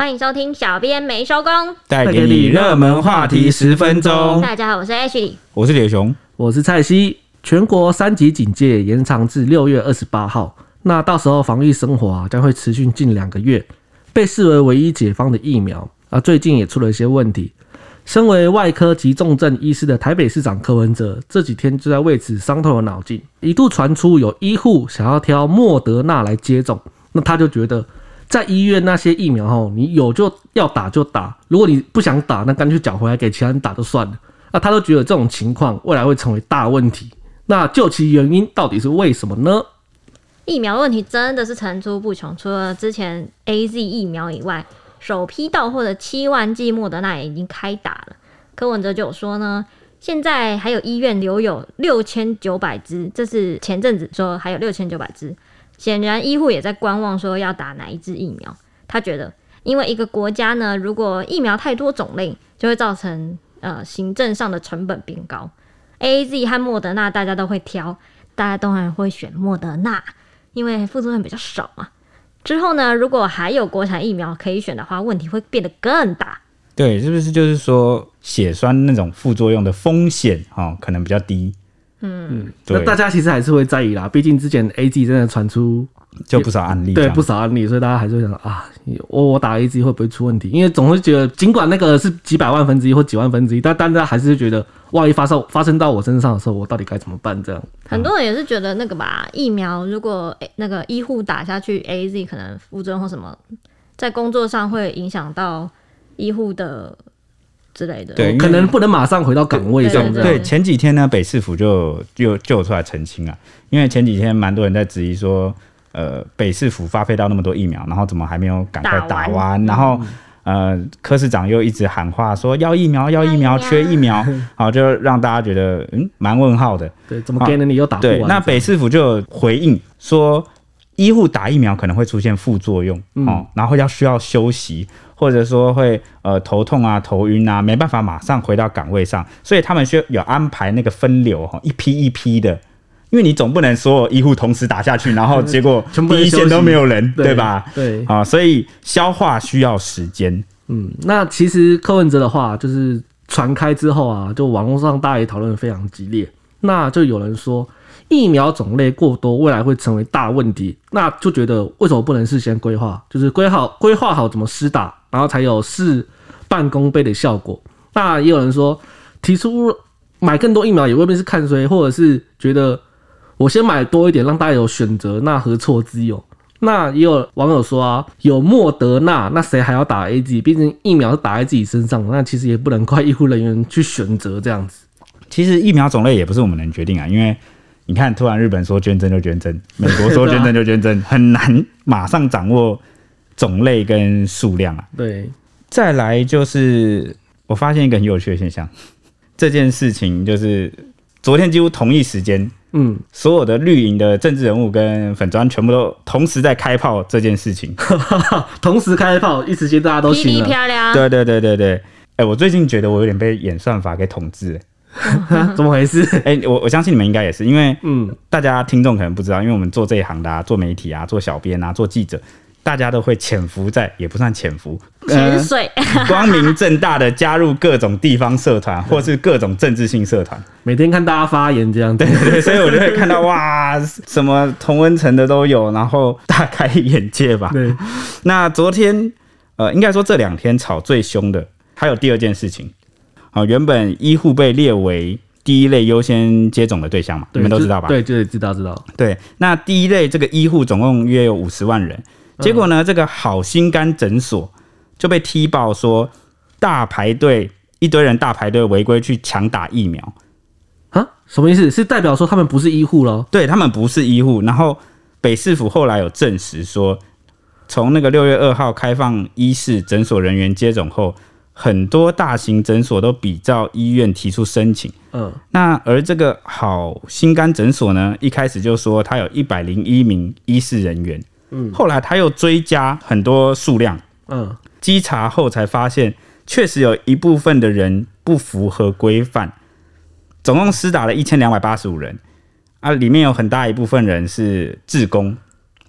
欢迎收听小编没收工， 带给你热门话题10分钟。 大家好，我是 Ashley， 我是铁雄， 我是蔡西。全国3级警戒延长至6月28号，那到时候防疫生活将会持续近2个月。被视为唯一解放的疫苗最近也出了一些问题。身为外科及重症医师的台北市长柯文哲这几天就在为此伤透了脑筋，一度传出有医护想要挑莫德纳来接种，那他就觉得在医院那些疫苗你有就要打就打，如果你不想打，那干脆缴回来给其他人打就算了。那他都觉得这种情况未来会成为大问题。那究其原因到底是为什么呢？ 疫苗问题真的是层出不穷，除了之前 AZ 疫苗以外，首批到货的7万剂莫德纳也已经开打了。柯文哲就有说呢，现在还有医院留有6900支，这是前阵子说还有6900支。显然医护也在观望，说要打哪一支疫苗。他觉得，因为一个国家呢，如果疫苗太多种类，就会造成行政上的成本变高。AZ 和莫德纳大家都会挑，大家当然会选莫德纳，因为副作用比较少嘛。之后呢，如果还有国产疫苗可以选的话，问题会变得更大。 对，是不是就是说血栓那种副作用的风险可能比较低？ 那大家其实还是会在意啦，毕竟之前 AZ 真的传出就不少案例， 对，不少案例，所以大家还是会想我打 AZ 会不会出问题？因为总会觉得，尽管那个是几百万分之一或几万分之一，但大家还是觉得，万一发生到我身上的时候，我到底该怎么办？这样， 很多人也是觉得那个吧，疫苗如果那个医护打下去 AZ， 可能副作用或什么，在工作上会影响到医护的之类的， 对，可能不能马上回到岗位上。 对，前几天呢，北市府就有出来澄清啊，因为前几天蛮多人在质疑说，北市府发配到那么多疫苗，然后怎么还没有赶快打完？然后柯市长又一直喊话说要疫苗，要疫苗，缺疫苗，好，就让大家觉得蛮问号的。 对，怎么给了你又打不完？ 对，那北市府就回应说，医护打疫苗可能会出现副作用，然后需要休息。或者说会头痛啊、头晕啊，没办法马上回到岗位上，所以他们有安排那个分流，一批一批的，因为你总不能所有医护同时打下去，然后结果第一线都没有人，对吧？ 对， 所以消化需要时间。 那其实柯文哲的话就是传开之后就网络上大家也讨论得非常激烈，那就有人说疫苗种类过多，未来会成为大问题。那就觉得为什么不能事先规划，就是规划好怎么施打，然后才有事半功倍的效果。那也有人说，提出买更多疫苗也未必是看衰，或者是觉得我先买多一点，让大家有选择，那何错之有？那也有网友说有莫德纳，那谁还要打 AZ？ 毕竟疫苗是打在自己身上，那其实也不能怪医护人员去选择这样子。 其实疫苗种类也不是我们能决定因为你看，突然日本说捐赠就捐赠，美国说捐赠就捐赠，很难马上掌握种类跟数量对， 再来就是我发现一个很有趣的现象，这件事情就是昨天几乎同一时间，所有的绿营的政治人物跟粉专全部都同时在开炮这件事情， 同时开炮，一时间大家都醒了， 漂亮。 对，我最近觉得我有点被演算法给统治了。 怎么回事？ 我相信你们应该也是，因为大家听众可能不知道，因为我们做这一行的做媒体做小编做记者，大家都会潜伏在，也不算潜伏， 潜水， 光明正大的加入各种地方社团或是各种政治性社团， 每天看大家发言这样子。 对，所以我就会看到哇，什么同温层的都有，然后大开眼界吧。 对， 那昨天应该说这2天吵最凶的还有第二件事情。原本医护被列为第一类优先接种的对象嘛，你们都知道吧？ 对，知道。 对，那第一类这个医护总共约有50万人，结果呢，这个好心肝诊所就被踢爆说大排队，一堆人大排队违规去抢打疫苗什么意思？是代表说他们不是医护咯？ 对，他们不是医护。然后北市府后来有证实说，从那个6月2号开放医事诊所人员接种后，很多大型诊所都比照医院提出申请。那而这个好心肝诊所呢，一开始就说他有101名医事人员，后来他又追加很多数量，稽查后才发现，确实有一部分的人不符合规范，总共施打了1285人里面有很大一部分人是志工，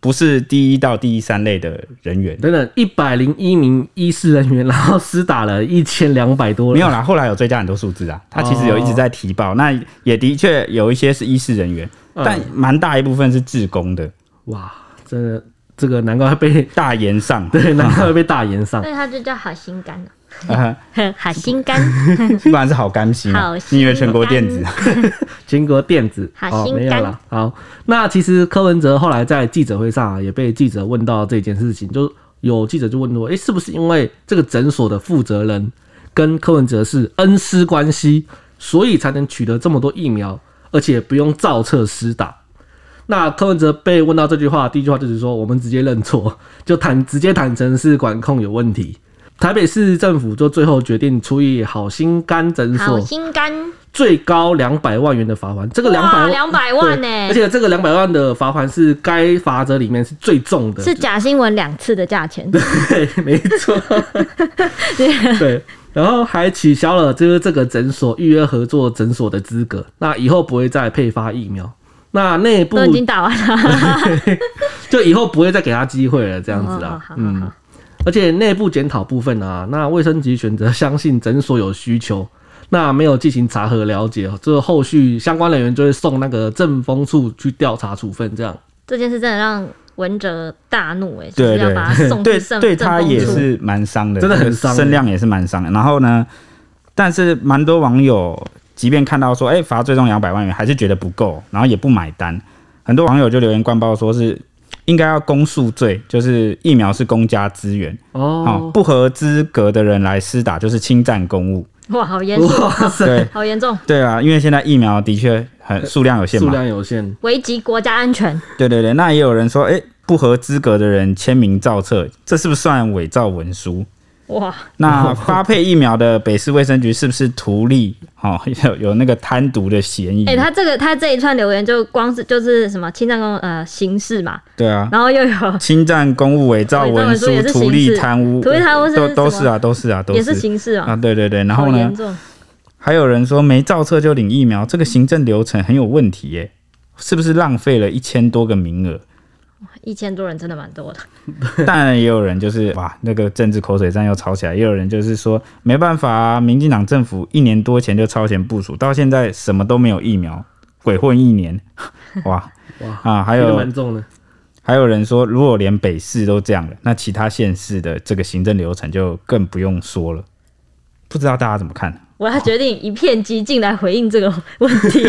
不是第1到第3类的人员。 等等，101名医事人员，然后施打了1200多人。 没有啦，后来有追加很多数字啊，他其实有一直在提报，那也的确有一些是医事人员，但蛮大一部分是志工的。 哇，真的，这个难怪会被大言上， 对，难怪会被大言上。 所以它就叫好心肝好心肝， 不然是好甘心啊。你以为全国电子？ 全国电子， 好心肝。 没有啦。好，那其实柯文哲后来在记者会上也被记者问到这件事情，就有记者就问说，是不是因为这个诊所的负责人跟柯文哲是恩师关系，所以才能取得这么多疫苗，而且不用照册施打？那柯文哲被问到这句话，第一句话就是说，我们直接认错，就直接坦诚是管控有问题。台北市政府就最后决定处以好心肝诊所最高200万元的罚款。这个200 万呢、 而且这个200万的罚款是该罚则里面是最重的， 是假新闻2次的价钱。 对，没错。对，然后还取消了就是这个诊所预约合作诊所的资格，那以后不会再配发疫苗。那内部都已经打完了， 就以后不会再给他机会了，这样子啊。而且内部检讨部分啊，那卫生局选择相信诊所有需求，那没有进行查核了解，这后续相关人员就会送那个政风处去调查处分。这样这件事真的让文哲大怒对， 就是要把他送去对他也是蛮伤的， 真的很伤， 声量也是蛮伤的。然后呢，但是蛮多网友即便看到说，罚最终200万元，还是觉得不够，然后也不买单。很多网友就留言灌爆说是应该要公诉罪，就是疫苗是公家资源不合资格的人来施打就是侵占公务。 哇，好严肃，对，好严重。 对啊，因为现在疫苗的确数量有限嘛， 数量有限， 危及国家安全。 对对对，那也有人说，不合资格的人签名造册，这是不是算伪造文书？ 哇， 那发配疫苗的北市卫生局是不是图利？有那个贪渎的嫌疑？ 他这一串留言就光是就是什么侵占公刑事嘛， 对啊， 然后又有侵占公务、伪造文书、图利贪污，都是啊，都是啊， 也是刑事啊。 对对对，然后呢，还有人说没造册就领疫苗，这个行政流程很有问题耶，是不是浪费了1000多个名额 ？1000多人真的蛮多的。 当然也有人就是那个政治口水战又吵起来，也有人就是说没办法啊，民进党政府1年多前就超前部署，到现在什么都没有疫苗，鬼混1年，还有蛮重的。还有人说，如果连北市都这样了，那其他县市的这个行政流程就更不用说了。不知道大家怎么看？ 我要决定一片激进来回应这个问题。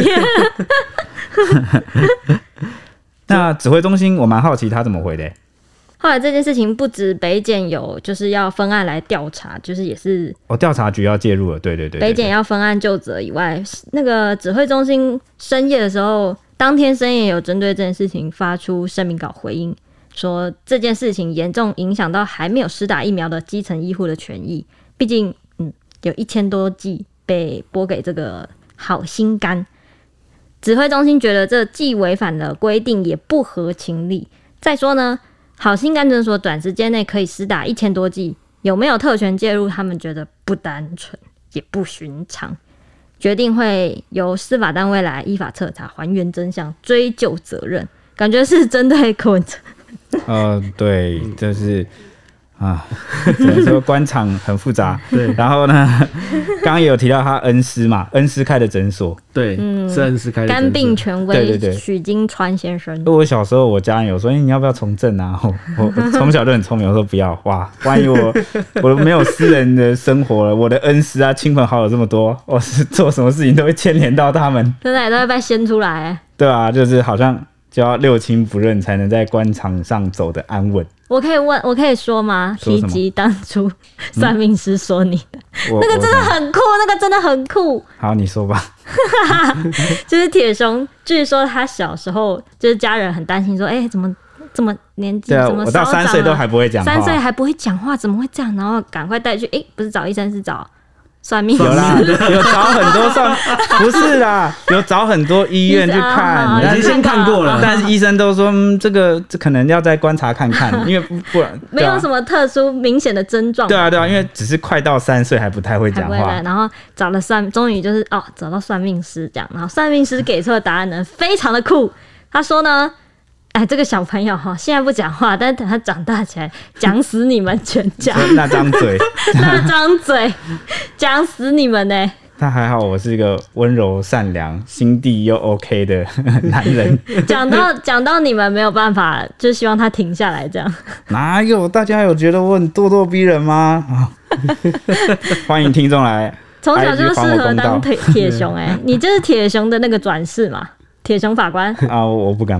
那指挥中心我蛮好奇他怎么回的。 后来这件事情不止北检有就是要分案来调查，就是也是调查局要介入了，对对对， 北检要分案就责以外，那个指挥中心深夜的时候，当天深夜有针对这件事情发出声明稿回应，说这件事情严重影响到还没有施打疫苗的基层医护的权益，毕竟有1000多剂被拨给这个好心肝。指挥中心觉得这既违反了规定，也不合情理。再说呢，好心肝诊所短时间内可以施打1000多剂，有没有特权介入？他们觉得不单纯，也不寻常，决定会由司法单位来依法彻查，还原真相，追究责任。感觉是针对柯文哲。 对，就是只能说官场很复杂。 对， 然后呢，刚刚也有提到他恩师嘛，恩师开的诊所， 对，是恩师开的诊所。 肝病权威许金川先生。 我小时候我家人有说，你要不要从政啊？我从小就很聪明，我说不要。哇，万一我没有私人的生活了，我的恩师啊、亲朋好友这么多，我是做什么事情都会牵连到他们， 真的也都会被掀出来。 对啊，就是好像就要六亲不认才能在官场上走得安稳。 我可以说吗？提及当初算命师说你的、那个真的很酷，那个真的很酷。 好，你说吧。 就是铁雄，据说他小时候就是家人很担心说，怎么这么年纪，怎么我到3岁都还不会讲话 ，3岁还不会讲话，怎么会这样？然后赶快带去，不是找医生，是找算命师。 有啦，有找很多不是啦，有找很多医院去看， 已经先看过了， 但是医生都说，这可能要再观察看看，因为不然没有什么特殊明显的症状。 对啊，因为只是快到3岁还不太会讲话， 然后找了终于就是找到算命师这样，然后算命师给出的答案呢，非常的酷。他说呢， 哎，这个小朋友哈，现在不讲话，但是等他长大起来，讲死你们全家， 那张嘴， 那张嘴，讲死你们呢！ 但还好我是一个温柔善良、心地又 OK 的男人。 讲到你们没有办法，就希望他停下来这样。 哪有？大家有觉得我很咄咄逼人吗？欢迎听众来。 从小就适合当铁熊哎、你就是铁熊的那个转世嘛，铁熊法官啊！我不敢，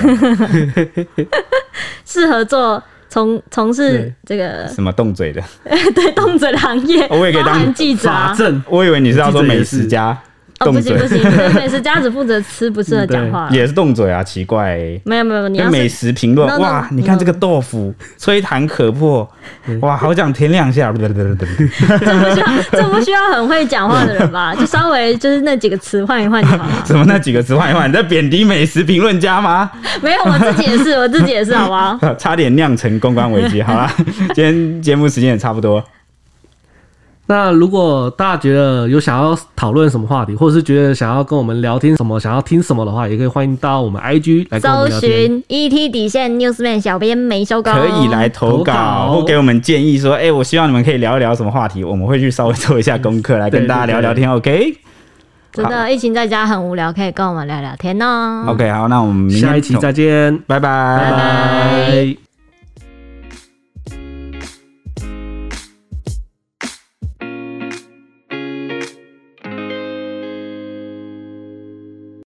适合做从事这个什么动嘴的， 对动嘴的行业， 我也可以当记者啊。 我以为你是要说美食家。 哦，不行，美食家只负责吃，不适合讲话。 也是动嘴啊，奇怪、欸。 没有，你要美食评论哇，你看这个豆腐吹弹可破，哇，好想舔两下。这不需要很会讲话的人吧？就稍微就是那几个词换一换就好了。 什么那几个词换一换？你在贬低美食评论家吗？ 没有，我自己也是，好不好？ 差点酿成公关危机。好啦，今天节目时间也差不多。 那如果大家觉得有想要讨论什么话题，或者是觉得想要跟我们聊天什么，想要听什么的话，也可以欢迎到我们 IG 来跟我们聊天。 搜寻 ET_Newsman 小编没收工， 可以来投稿或给我们建议说，我希望你们可以聊一聊什么话题，我们会去稍微做一下功课来跟大家聊聊天。OK， 真的疫情在家很无聊，可以跟我们聊聊天哦。 OK， 好，那我们明天下一期再见， 拜拜。